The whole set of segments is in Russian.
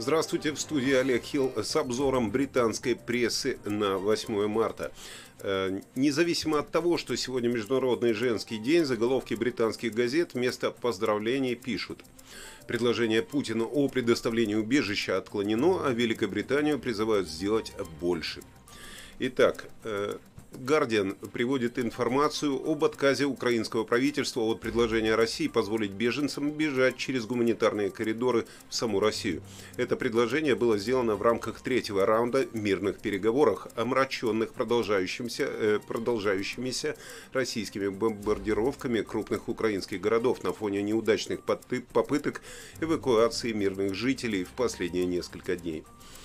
Здравствуйте, в студии Олег Хилл с обзором британской прессы на 8 марта. Независимо от того, что сегодня Международный женский день, заголовки британских газет вместо поздравлений пишут: предложение Путина о предоставлении убежища отклонено, а Великобританию призывают сделать больше. Итак, Guardian приводит информацию об отказе украинского правительства от предложения России позволить беженцам бежать через гуманитарные коридоры в саму Россию. Это предложение было сделано в рамках третьего раунда мирных переговоров, омраченных продолжающимися российскими бомбардировками крупных украинских городов на фоне неудачных попыток эвакуации мирных жителей в последние несколько дней.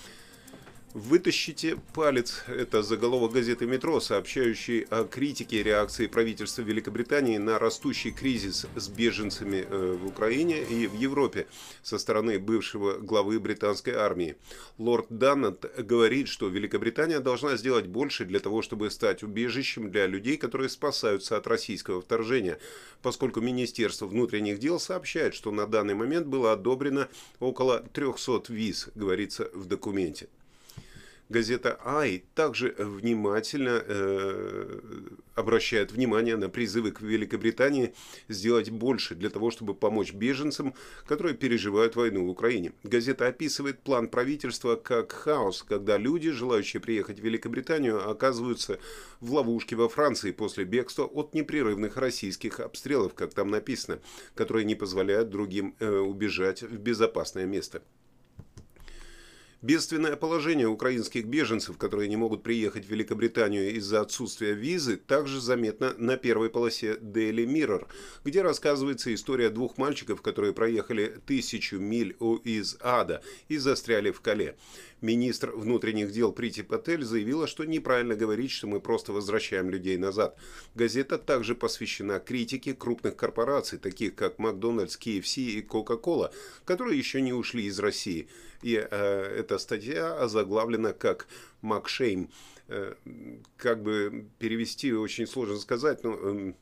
«Вытащите палец» – это заголовок газеты «Метро», сообщающий о критике реакции правительства Великобритании на растущий кризис с беженцами в Украине и в Европе со стороны бывшего главы британской армии. Лорд Даннет говорит, что Великобритания должна сделать больше для того, чтобы стать убежищем для людей, которые спасаются от российского вторжения, поскольку Министерство внутренних дел сообщает, что на данный момент было одобрено около 300 виз, говорится в документе. Газета «Ай» также внимательно обращает внимание на призывы к Великобритании сделать больше для того, чтобы помочь беженцам, которые переживают войну в Украине. Газета описывает план правительства как хаос, когда люди, желающие приехать в Великобританию, оказываются в ловушке во Франции после бегства от непрерывных российских обстрелов, как там написано, которые не позволяют другим убежать в безопасное место. Бедственное положение украинских беженцев, которые не могут приехать в Великобританию из-за отсутствия визы, также заметно на первой полосе Daily Mirror, где рассказывается история двух мальчиков, которые проехали 1000 миль из ада и застряли в Кале. Министр внутренних дел Прити Патель заявила, что неправильно говорить, что мы просто возвращаем людей назад. Газета также посвящена критике крупных корпораций, таких как Макдональдс, KFC и Coca-Cola, которые еще не ушли из России. И эта статья озаглавлена как «Макшейм». Как бы перевести очень сложно сказать, но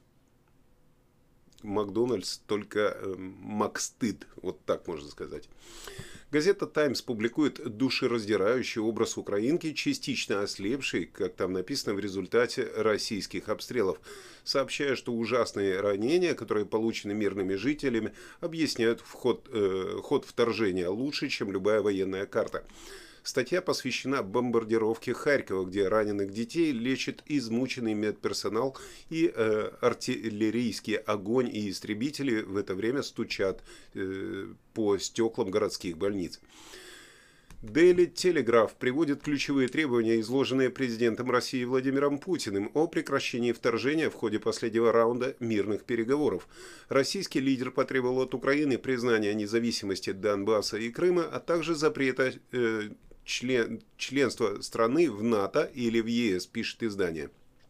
Макдональдс только Макстыд, вот так можно сказать. Газета «Таймс» публикует душераздирающий образ украинки, частично ослепшей, как там написано, в результате российских обстрелов, сообщая, что ужасные ранения, которые получены мирными жителями, объясняют ход вторжения лучше, чем любая военная карта. Статья посвящена бомбардировке Харькова, где раненых детей лечит измученный медперсонал, и артиллерийский огонь и истребители в это время стучат по стеклам городских больниц. Daily Telegraph приводит ключевые требования, изложенные президентом России Владимиром Путиным о прекращении вторжения в ходе последнего раунда мирных переговоров. Российский лидер потребовал от Украины признания независимости Донбасса и Крыма, а также запрета членства страны в НАТО или в ЕС, пишет издание.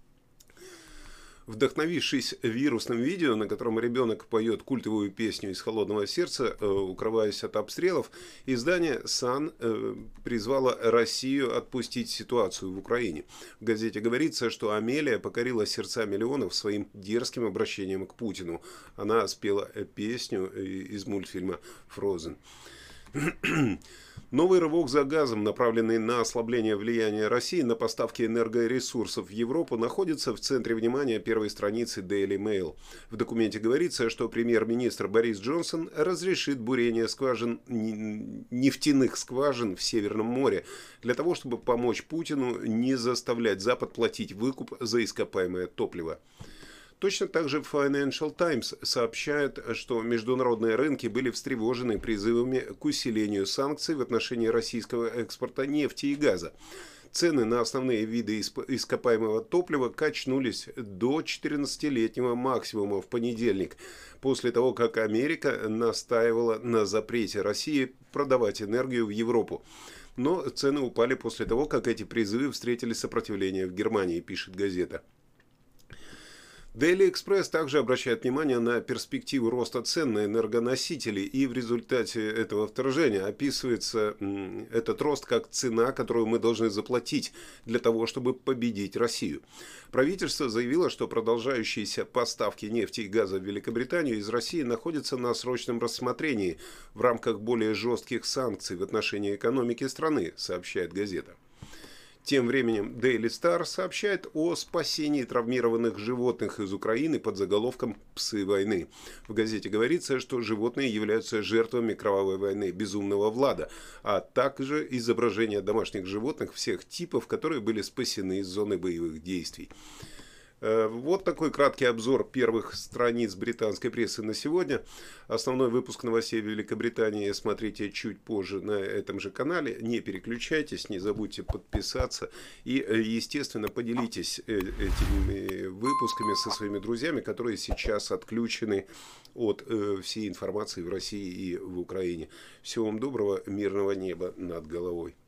Вдохновившись вирусным видео, на котором ребенок поет культовую песню из «Холодного сердца», укрываясь от обстрелов, издание «Sun» призвало Россию отпустить ситуацию в Украине. В газете говорится, что Амелия покорила сердца миллионов своим дерзким обращением к Путину. Она спела песню из мультфильма «Frozen». Новый рывок за газом, направленный на ослабление влияния России на поставки энергоресурсов в Европу, находится в центре внимания первой страницы Daily Mail. В документе говорится, что премьер-министр Борис Джонсон разрешит бурение нефтяных скважин в Северном море для того, чтобы помочь Путину не заставлять Запад платить выкуп за ископаемое топливо. Точно так же Financial Times сообщает, что международные рынки были встревожены призывами к усилению санкций в отношении российского экспорта нефти и газа. Цены на основные виды ископаемого топлива качнулись до 14-летнего максимума в понедельник, после того, как Америка настаивала на запрете России продавать энергию в Европу. Но цены упали после того, как эти призывы встретили сопротивление в Германии, пишет газета. Daily Express также обращает внимание на перспективу роста цен на энергоносители, и в результате этого вторжения описывается этот рост как цена, которую мы должны заплатить для того, чтобы победить Россию. Правительство заявило, что продолжающиеся поставки нефти и газа в Великобританию из России находятся на срочном рассмотрении в рамках более жестких санкций в отношении экономики страны, сообщает газета. Тем временем Daily Star сообщает о спасении травмированных животных из Украины под заголовком «Псы войны». В газете говорится, что животные являются жертвами кровавой войны безумного Влада, а также изображения домашних животных всех типов, которые были спасены из зоны боевых действий. Вот такой краткий обзор первых страниц британской прессы на сегодня. Основной выпуск новостей в Великобритании смотрите чуть позже на этом же канале. Не переключайтесь, не забудьте подписаться. И, естественно, поделитесь этими выпусками со своими друзьями, которые сейчас отключены от всей информации в России и в Украине. Всего вам доброго, мирного неба над головой.